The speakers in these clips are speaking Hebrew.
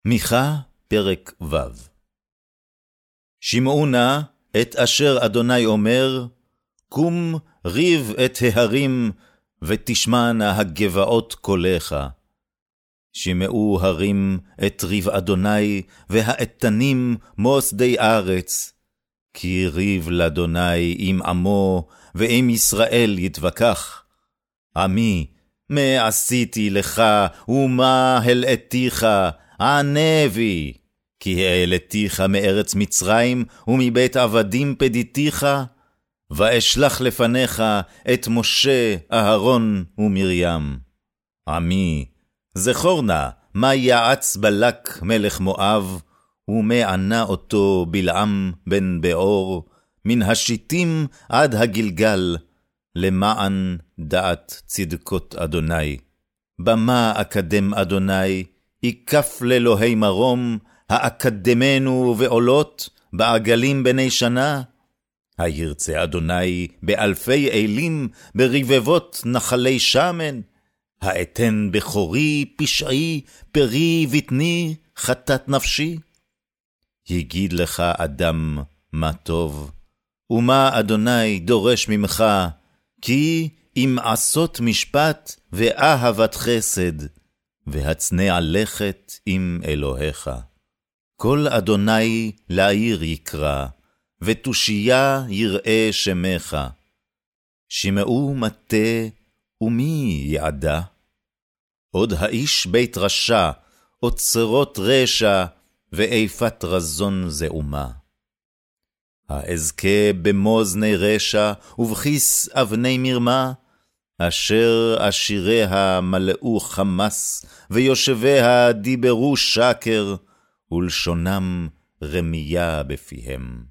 מיכה, פרק ו'. שמעו נא את אשר אדוני אומר, קום ריב את ההרים, ותשמענה הגבעות קולך. שמעו הרים את ריב אדוני, והאיתנים מוסדי ארץ. כי ריב לאדוני עם עמו, ועם ישראל יתווכח. עמי, מה עשיתי לך, ומה הלאתיך, ענה בי, כי העלתיך מארץ מצרים, ומבית עבדים פדיתיך, ואשלח לפניך את משה, אהרון ומרים. עמי, זכור נא מה יעץ בלק מלך מואב, ומה ענה אותו בלעם בן בעור, מן השיטים עד הגלגל, למען דעת צדקות אדוני. במה אקדם אדוני, יקף לאלוהי מרום, האקדמנו ועולות, בעגלים בני שנה. הירצה אדוני באלפי אלים, ברבבות נחלי שמן. האתן בכורי פשעי, פרי בטני, חטאת נפשי. יגיד לך אדם מה טוב, ומה אדוני דורש ממך, כי אם עשות משפט ואהבת חסד, והצנע לכת עם אלוהיך. כל אדוני לעיר יקרא, ותושייה יראה שמך. שמעו מטה, ומי יעדה? עוד האיש בית רשע, אוצרות רשע, ואיפת רזון זעומה. האזכה במוזני רשע, ובכיס אבני מרמה, אשר עשיריה מלאו חמס, ויושביה דיברו שקר, ולשונם רמיה בפיהם.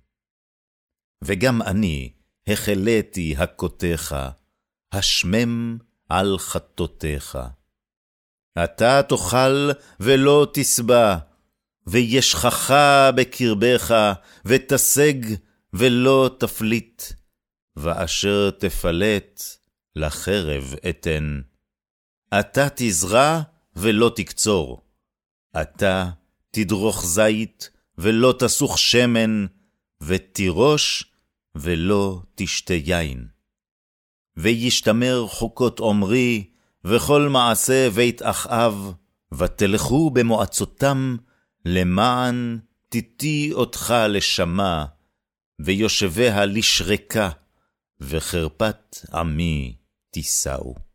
וגם אני החלטי הכותיך, השמם על חטאותיך. אתה תאכל ולא תשבע, וישכך בקרבך, ותשג ולא תפליט, ואשר תפלט, לחרב אתן. אתה תזרע ולא תקצור. אתה תדרוך זית ולא תסוך שמן, ותירוש ולא תשתה יין. וישתמר חוקות עומרי, וכל מעשה בית אחאב, ותלכו במועצותם, למען תיתי אותך לשמה, ויושביה לשרקה, וחרפת עמי תישאו.